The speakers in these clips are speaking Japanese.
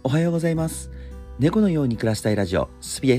おはようございます。猫のように暮らしたいラジオ、すびです。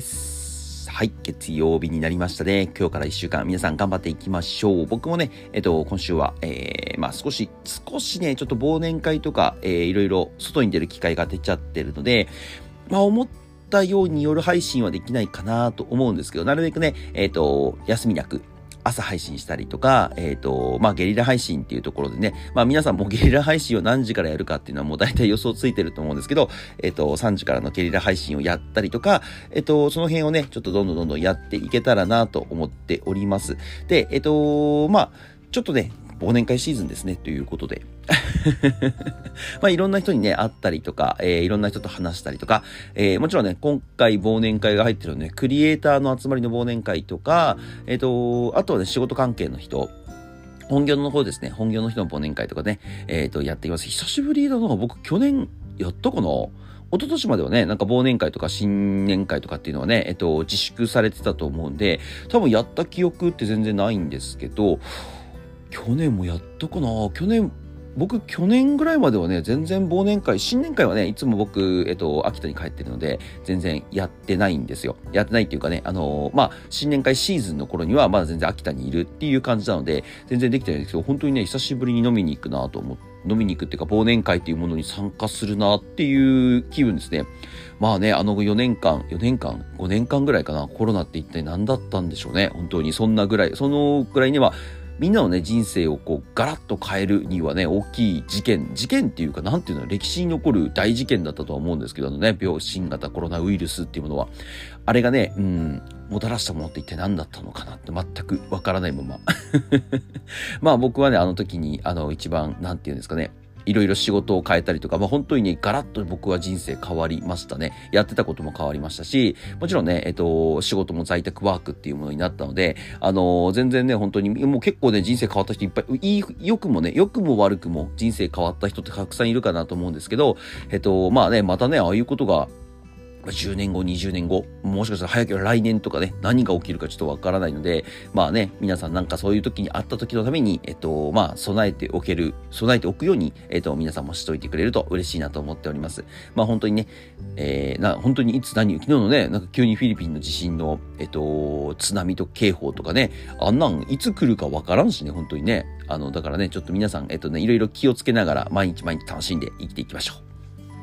はい、月曜日になりましたね。今日から1週間、皆さん頑張っていきましょう。僕もね、今週は、少しね、ちょっと忘年会とか、いろいろ外に出る機会が出ちゃってるので、思ったように夜配信はできないかなと思うんですけど、なるべくね、休みなく、朝配信したりとか、ゲリラ配信っていうところでね、皆さんもゲリラ配信を何時からやるかっていうのはもう大体予想ついてると思うんですけど、3時からのゲリラ配信をやったりとか、その辺をね、ちょっとどんどんやっていけたらなと思っております。で、ちょっとね、忘年会シーズンですね、ということで。いろんな人にね、会ったりとか、いろんな人と話したりとか、もちろんね、今回忘年会が入ってるね、クリエイターの集まりの忘年会とか、あとはね、仕事関係の人、本業の方ですね、本業の人の忘年会とかね、やっています。久しぶりだな、僕去年やったかな？一昨年まではね、なんか忘年会とか新年会とかっていうのはね、自粛されてたと思うんで、多分やった記憶って全然ないんですけど、去年もやったかな？僕去年ぐらいまではね、全然忘年会、新年会はね、いつも僕、秋田に帰ってるので、全然やってないんですよ。やってないっていうかね、新年会シーズンの頃にはまだ全然秋田にいるっていう感じなので、全然できてないんですけど、本当にね、久しぶりに飲みに行くなと思って、飲みに行くっていうか、忘年会っていうものに参加するなっていう気分ですね。4年間、5年間ぐらいかな、コロナって一体何だったんでしょうね。本当にそのぐらいには、みんなのね、人生をこう、ガラッと変えるにはね、大きい事件っていうか、なんていうの、歴史に残る大事件だったとは思うんですけど、新型コロナウイルスっていうものは、あれがね、もたらしたものって一体何だったのかなって全くわからないまま。僕はね、あの時に、一番、なんていうんですかね、いろいろ仕事を変えたりとか、本当にね、ガラッと僕は人生変わりましたね。やってたことも変わりましたし、もちろんね、仕事も在宅ワークっていうものになったので、全然ね、本当に、もう結構ね、人生変わった人いっぱい、良くも悪くも人生変わった人ってたくさんいるかなと思うんですけど、またね、ああいうことが、10年後、20年後、もしかしたら早ければ来年とかね、何が起きるかちょっとわからないので、皆さんなんかそういう時にあった時のために、備えておくように、皆さんもしといてくれると嬉しいなと思っております。本当にね、本当に昨日のね、なんか急にフィリピンの地震の、津波と警報とかね、あんなんいつ来るかわからんしね、本当にね。だからね、ちょっと皆さん、いろいろ気をつけながら、毎日楽しんで生きていきましょう。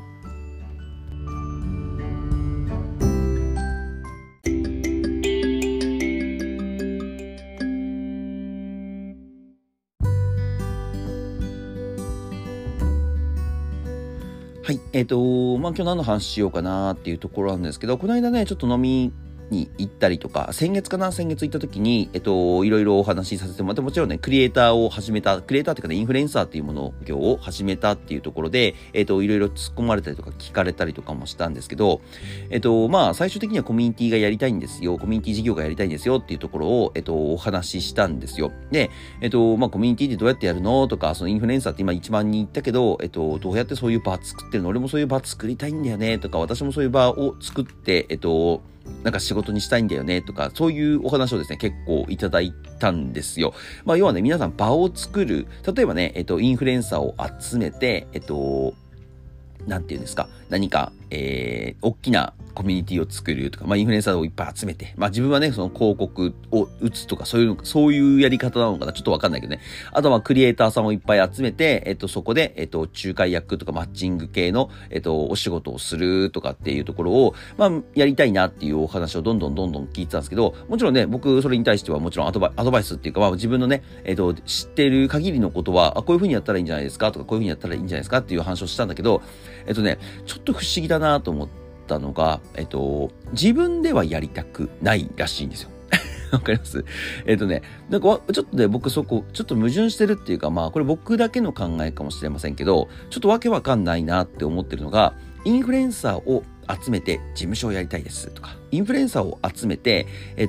はい。今日何の話しようかなっていうところなんですけど、この間ね、ちょっと飲みに行ったりとか、先月行った時に、いろいろお話しさせてもらって、もちろんね、クリエイターっていうかね、インフルエンサーっていうものを始めたっていうところで、いろいろ突っ込まれたりとか聞かれたりとかもしたんですけど、最終的にはコミュニティがやりたいんですよ、コミュニティ事業がやりたいんですよっていうところを、お話ししたんですよ。で、コミュニティってどうやってやるのとか、そのインフルエンサーって今1万人いったけど、どうやってそういう場作ってるの？俺もそういう場作りたいんだよねとか、私もそういう場を作って、なんか仕事にしたいんだよねとか、そういうお話をですね、結構いただいたんですよ。要はね、皆さん場を作る、例えばね、インフルエンサーを集めて、なんていうんですか、何か、大きなコミュニティを作るとか、インフルエンサーをいっぱい集めて、自分はね、その広告を打つとか、そういうやり方なのかな、ちょっとわかんないけどね。あとはクリエイターさんをいっぱい集めて、そこで、仲介役とかマッチング系の、お仕事をするとかっていうところを、やりたいなっていうお話をどんどん聞いてたんですけど、もちろんね、僕、それに対してはもちろんアドバイスっていうか、自分のね、知ってる限りのことは、こういう風にやったらいいんじゃないですかとか、こういう風にやったらいいんじゃないですかっていう話をしたんだけど、ちょっと不思議だなと思ったのが、自分ではやりたくないらしいんですよ。わかります？なんかちょっとね、僕そこ、ちょっと矛盾してるっていうか、これ僕だけの考えかもしれませんけど、ちょっとわけわかんないなって思ってるのが、インフルエンサーを集めて事務所をやりたいですとか、インフルエンサーを集めて、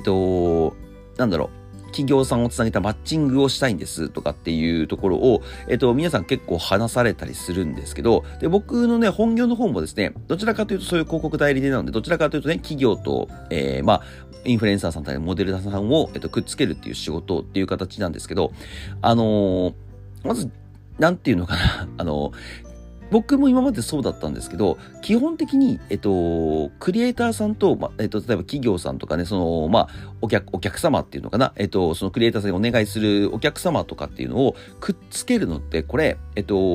企業さんをつなげたマッチングをしたいんですとかっていうところを、皆さん結構話されたりするんですけど、で、僕のね、本業の方もですね、どちらかというとそういう広告代理店なので、どちらかというとね、企業と、インフルエンサーさんとモデルさんを、くっつけるっていう仕事っていう形なんですけど、まず、なんていうのかな、 僕も今までそうだったんですけど、基本的に、クリエイターさんと、例えば企業さんとかね、お客様っていうのかな、そのクリエイターさんにお願いするお客様とかっていうのをくっつけるのって、これ、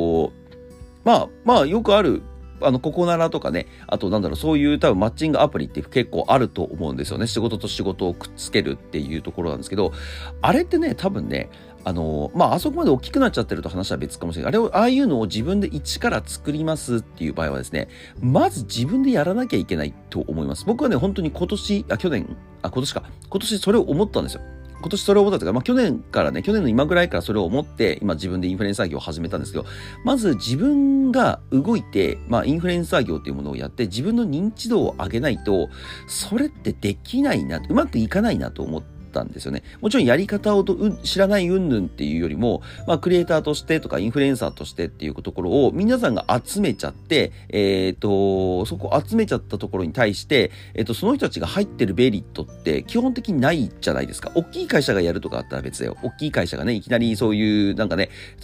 よくある、ココナラとかね、あとそういう多分マッチングアプリって結構あると思うんですよね。仕事と仕事をくっつけるっていうところなんですけど、あれってね、多分ね、あそこまで大きくなっちゃってると話は別かもしれない。ああいうのを自分で一から作りますっていう場合はですね、まず自分でやらなきゃいけないと思います。僕はね、本当に今年それを思ったんですよ。今年それを思ったというか、去年の今ぐらいからそれを思って、今自分でインフルエンサー業を始めたんですけど、まず自分が動いて、インフルエンサー業っていうものをやって、自分の認知度を上げないと、それってできないな、うまくいかないなと思ったんですよね。もちろんやり方を知らない云々っていうよりも、クリエイターとしてとかインフルエンサーとしてっていうところを皆さんが集めちゃって、そこ集めちゃったところに対して、その人たちが入ってるメリットって基本的にないじゃないですか。大きい会社がやるとかあったら別だよ。大きい会社がね、いきなりそういう例えば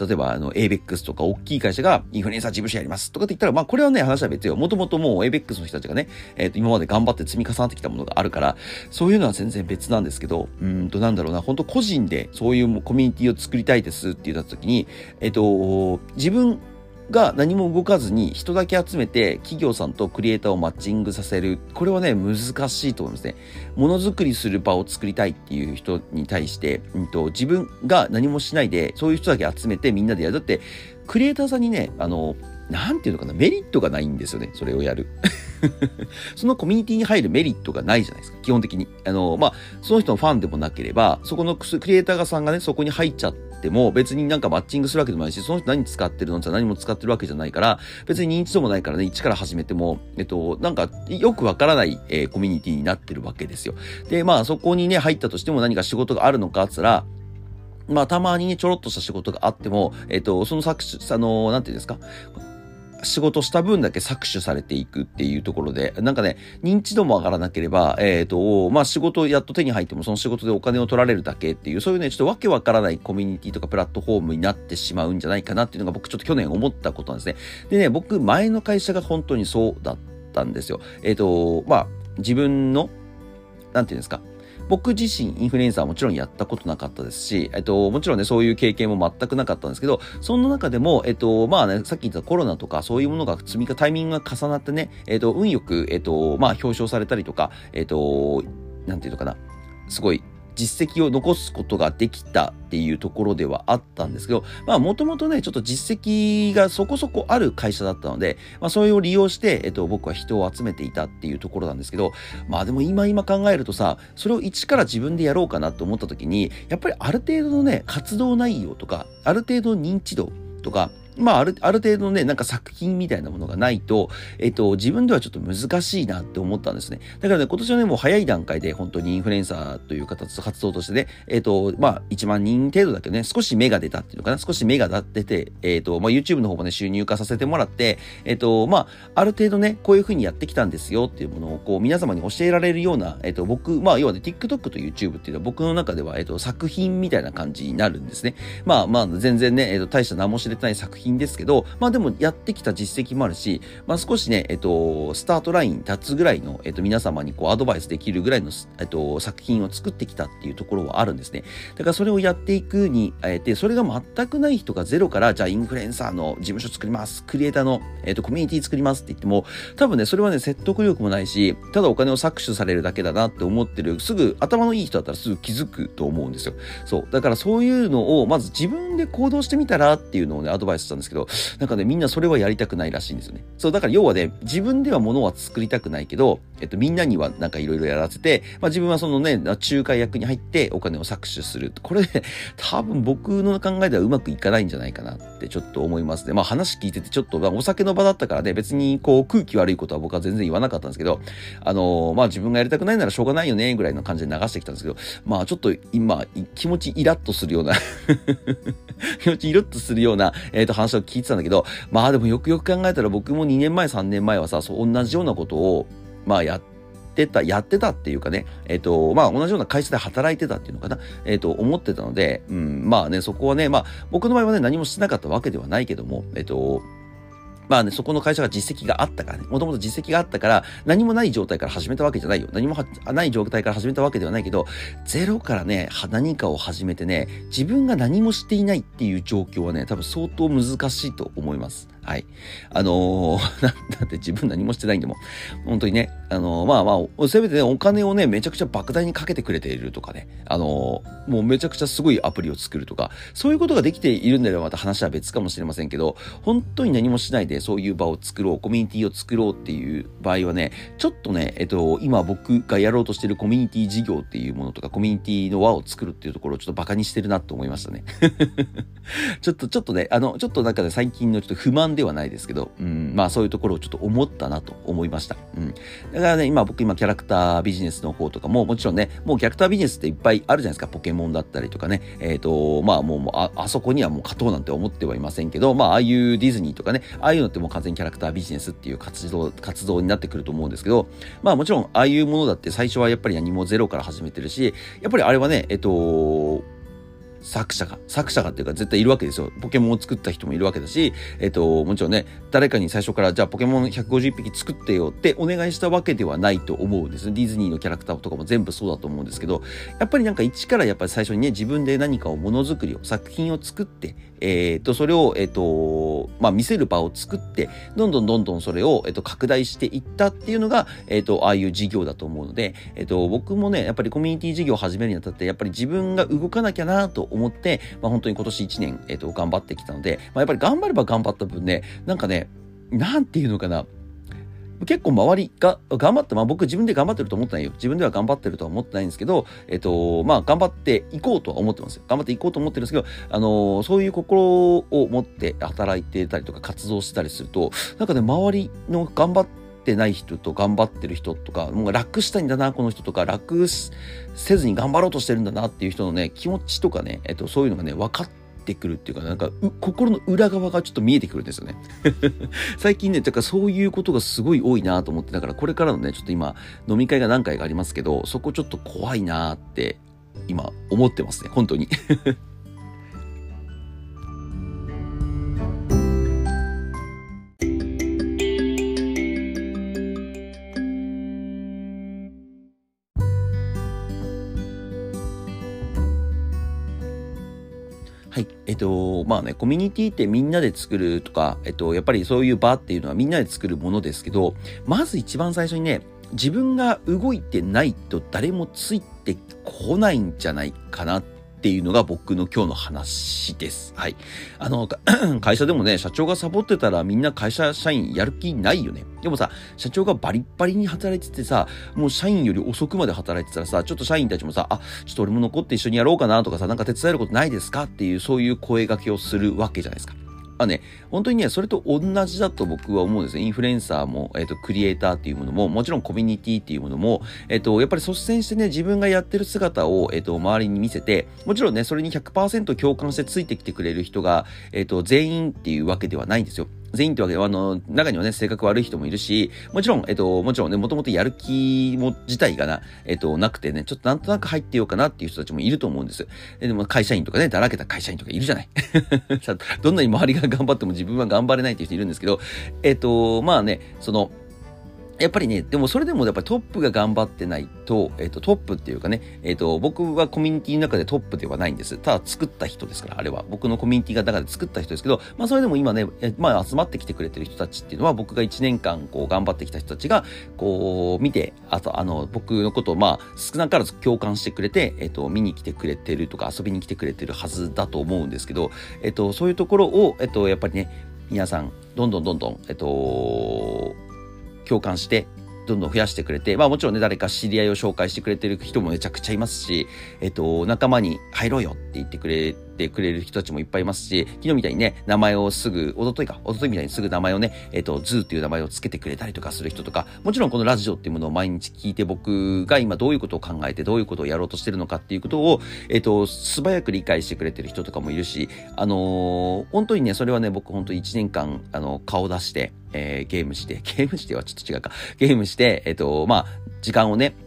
ABEX とか大きい会社がインフルエンサー事務所やりますとかって言ったら、これはね、話は別よ。もともともう ABEX の人たちがね、今まで頑張って積み重なってきたものがあるから、そういうのは全然別なんですけど、本当個人でそういうコミュニティを作りたいですって言った時に、自分が何も動かずに人だけ集めて企業さんとクリエイターをマッチングさせる。これはね、難しいと思いますね。ものづくりする場を作りたいっていう人に対して、自分が何もしないで、そういう人だけ集めてみんなでやる。だって、クリエイターさんにね、なんていうのかな、メリットがないんですよね、それをやる。そのコミュニティに入るメリットがないじゃないですか、基本的に。その人のファンでもなければ、そこのクリエイターさんがね、そこに入っちゃっても、別にマッチングするわけでもないし、その人何使ってるのって何も使ってるわけじゃないから、別に認知度もないからね、一から始めても、よくわからない、コミュニティになってるわけですよ。で、そこにね、入ったとしても何か仕事があるのかって言ったら、たまにね、ちょろっとした仕事があっても、そのなんていうんですか、仕事した分だけ搾取されていくっていうところで、認知度も上がらなければ、仕事やっと手に入ってもその仕事でお金を取られるだけっていう、そういうね、ちょっとわけわからないコミュニティとかプラットフォームになってしまうんじゃないかなっていうのが僕ちょっと去年思ったことなんですね。でね、僕前の会社が本当にそうだったんですよ。自分の、なんていうんですか、僕自身インフルエンサーはもちろんやったことなかったですし、もちろんね、そういう経験も全くなかったんですけど、その中でも、さっき言ったコロナとかそういうものがタイミングが重なってね、運よく、表彰されたりとか、なんていうのかな、すごい、実績を残すことができたっていうところではあったんですけど、もともとね、ちょっと実績がそこそこある会社だったので、それを利用して、僕は人を集めていたっていうところなんですけど、でも今考えるとさ、それを一から自分でやろうかなと思った時に、やっぱりある程度のね、活動内容とか、ある程度の認知度とか、ある程度のね、作品みたいなものがないと、自分ではちょっと難しいなって思ったんですね。だからね、今年はね、もう早い段階で本当にインフルエンサーという活動としてね、1万人程度だけどね、少し芽が出たっていうのかな、少し芽が出て、YouTube の方もね、収入化させてもらって、ある程度ね、こういう風にやってきたんですよっていうものを、こう、皆様に教えられるような、僕、要はね、TikTok と YouTube っていうのは僕の中では、作品みたいな感じになるんですね。全然ね、大した何も知れてない作品ですけど、でもやってきた実績もあるし、少しね、スタートラインに立つぐらいの、皆様にこうアドバイスできるぐらいの、作品を作ってきたっていうところはあるんですね。だからそれをやっていくに、それが全くない人がゼロから、じゃあインフルエンサーの事務所作ります、クリエイターの、コミュニティ作りますって言っても、多分ね、それはね、説得力もないし、ただお金を搾取されるだけだなって思ってる、すぐ頭のいい人だったらすぐ気づくと思うんですよ。そう。だからそういうのを、まず自分で行動してみたらっていうのをね、アドバイスしたんですけど、みんなそれはやりたくないらしいんですよね。そう、だから要はね、自分では物は作りたくないけど、みんなにはいろいろやらせて、自分はそのね、仲介役に入ってお金を搾取する。これ、ね、多分僕の考えではうまくいかないんじゃないかなってちょっと思いますね。話聞いててちょっと、お酒の場だったからね、別にこう空気悪いことは僕は全然言わなかったんですけど、自分がやりたくないならしょうがないよね、ぐらいの感じで流してきたんですけど、ちょっと今、気持ちイラッとするような気持ちイラッとするような、話を聞いてたんだけど、でもよくよく考えたら僕も2年前、3年前はさ、同じようなことを、やってたっていうかね、同じような会社で働いてたっていうのかな、思ってたので、そこはね、僕の場合はね、何もしてなかったわけではないけども、 まあね、そこの会社が実績があったからね、もともと実績があったから、何もない状態から始めたわけじゃないよ。何もない状態から始めたわけではないけど、ゼロからね、何かを始めてね、自分が何もしていないっていう状況はね、多分相当難しいと思います。はい。だって自分何もしてないんでも、本当にね、せめてね、お金をね、めちゃくちゃ莫大にかけてくれているとかね、もうめちゃくちゃすごいアプリを作るとか、そういうことができているんであればまた話は別かもしれませんけど、本当に何もしないでそういう場を作ろう、コミュニティを作ろうっていう場合はね、ちょっとね、今僕がやろうとしているコミュニティ事業っていうものとか、コミュニティの輪を作るっていうところをちょっとバカにしてるなと思いましたね。ちょっとね、ちょっとなんかね、最近のちょっと不満ではないですけど、まあそういうところをちょっと思ったなと思いました。だからね、僕キャラクタービジネスの方とかも、もちろんね、もうキャラクタービジネスっていっぱいあるじゃないですか。ポケモンだったりとかね。あそこにはもう勝とうなんて思ってはいませんけど、ああいうディズニーとかね、ああいうのってもう完全にキャラクタービジネスっていう活動になってくると思うんですけど、もちろんああいうものだって最初はやっぱり何もゼロから始めてるし、やっぱりあれはね、作者がっていうか絶対いるわけですよ。ポケモンを作った人もいるわけだし、もちろんね、誰かに最初からじゃあポケモン151匹作ってよってお願いしたわけではないと思うんですね。ディズニーのキャラクターとかも全部そうだと思うんですけど、やっぱりなんか一からやっぱり最初にね、自分で何かをものづくりを、作品を作って、それを、見せる場を作って、どんどんそれを、拡大していったっていうのが、ああいう事業だと思うので、僕もね、やっぱりコミュニティ事業を始めるにあたって、やっぱり自分が動かなきゃなと思って、本当に今年1年、頑張ってきたので、やっぱり頑張れば頑張った分ね、なんかね、なんていうのかな、結構周りが頑張って、僕自分で頑張ってると思ってないよ。自分では頑張ってるとは思ってないんですけど、頑張っていこうとは思ってますよ。頑張っていこうと思ってるんですけど、そういう心を持って働いてたりとか活動したりすると、なんかね、周りの頑張ってない人と頑張ってる人とか、もう楽したいんだな、この人とか、楽せずに頑張ろうとしてるんだなっていう人のね、気持ちとかね、そういうのがね、分かってくるっていうか、なんか、心の裏側がちょっと見えてくるんですよね。最近ね、だからそういうことがすごい多いなと思って、だからこれからのね、ちょっと今、飲み会が何回かありますけど、そこちょっと怖いなって、今、思ってますね、本当に。はい。コミュニティってみんなで作るとか、やっぱりそういう場っていうのはみんなで作るものですけど、まず一番最初にね、自分が動いてないと誰もついてこないんじゃないかなっていうのが僕の今日の話です。はい。会社でもね、社長がサボってたらみんな会社社員やる気ないよね。でもさ、社長がバリッバリに働いててさ、もう社員より遅くまで働いてたらさ、ちょっと社員たちもさ、ちょっと俺も残って一緒にやろうかなとかさ、なんか手伝えることないですかっていう、そういう声掛けをするわけじゃないですか。本当にね、それと同じだと僕は思うんですね。インフルエンサーも、クリエイターっていうものも、もちろんコミュニティっていうものも、やっぱり率先してね、自分がやってる姿を、周りに見せて、もちろんね、それに 100% 共感してついてきてくれる人が、全員っていうわけではないんですよ。全員ってわけでは、中にはね、性格悪い人もいるし、もちろんね、もともとやる気自体がなくてね、ちょっとなんとなく入ってようかなっていう人たちもいると思うんです。でも会社員とかね、だらけた会社員とかいるじゃない。どんなに周りが頑張っても自分は頑張れないっていう人いるんですけど、やっぱりね、でもそれでもやっぱりトップが頑張ってないと、トップっていうかね、僕はコミュニティの中でトップではないんです。ただ作った人ですから、あれは。僕のコミュニティが中で作った人ですけど、それでも今ね、集まってきてくれてる人たちっていうのは、僕が1年間頑張ってきた人たちが、見て、僕のことを少なからず共感してくれて、見に来てくれてるとか遊びに来てくれてるはずだと思うんですけど、そういうところを、やっぱりね、皆さん、どんどん、共感して、どんどん増やしてくれて、もちろんね、誰か知り合いを紹介してくれてる人もめちゃくちゃいますし、仲間に入ろうよって言ってくれる人たちもいっぱいいますし、昨日みたいにね、名前を一昨日みたいにすぐ名前をね、ズーっていう名前をつけてくれたりとかする人とか、もちろんこのラジオっていうものを毎日聞いて僕が今どういうことを考えてどういうことをやろうとしてるのかっていうことを、素早く理解してくれてる人とかもいるし、本当にね、それはね、僕本当に1年間、顔出して、ゲームしてはちょっと違うか。ゲームして、時間をね、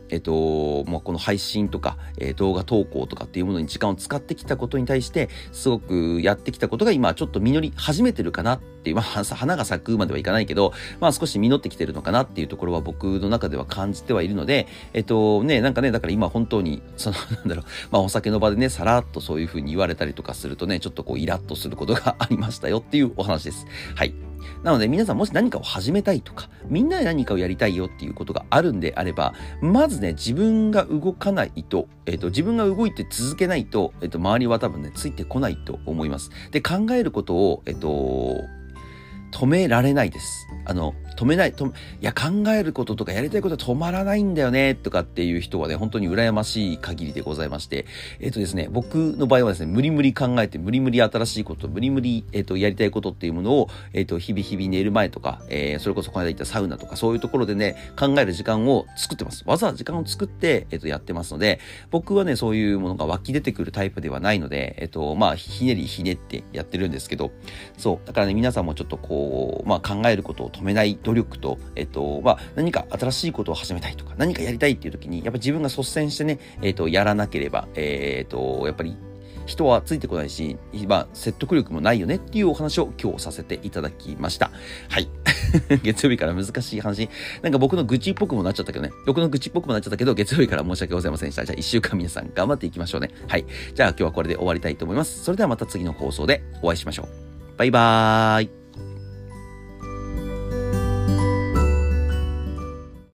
まあ、この配信とか、動画投稿とかっていうものに時間を使ってきたことに対して、すごくやってきたことが今ちょっと実り始めてるかなっていう、まあ、花が咲くまではいかないけど、まあ少し実ってきてるのかなっていうところは僕の中では感じてはいるので、なんかね、だから今本当に、まあお酒の場でね、さらっとそういう風に言われたりとかするとね、ちょっとこうイラッとすることがありましたよっていうお話です。はい。なので皆さんもし何かを始めたいとか、みんなで何かをやりたいよっていうことがあるんであれば、まずね、自分が動かないと、自分が動いて続けないと、周りは多分ね、ついてこないと思います。で、考えることを、止められないです。いや、考えることとかやりたいことは止まらないんだよね、とかっていう人はね、本当に羨ましい限りでございまして、ですね、僕の場合はですね、無理無理考えて、無理無理新しいこと、無理無理、やりたいことっていうものを、日々寝る前とか、それこそこの間言ったサウナとか、そういうところでね、考える時間を作ってます。わざわざ時間を作って、やってますので、僕はね、そういうものが湧き出てくるタイプではないので、まあ、ひねりひねってやってるんですけど、そう、だからね、皆さんもちょっとこう、まあ、考えることを止めない努力と、まあ、何か新しいことを始めたいとか、何かやりたいっていう時に、やっぱ自分が率先してね、やらなければ、やっぱり、人はついてこないし、まあ、説得力もないよねっていうお話を今日させていただきました。はい。月曜日から難しい話。なんか僕の愚痴っぽくもなっちゃったけどね。僕の愚痴っぽくもなっちゃったけど、月曜日から申し訳ございませんでした。じゃあ1週間皆さん頑張っていきましょうね。はい。じゃあ今日はこれで終わりたいと思います。それではまた次の放送でお会いしましょう。バイバーイ。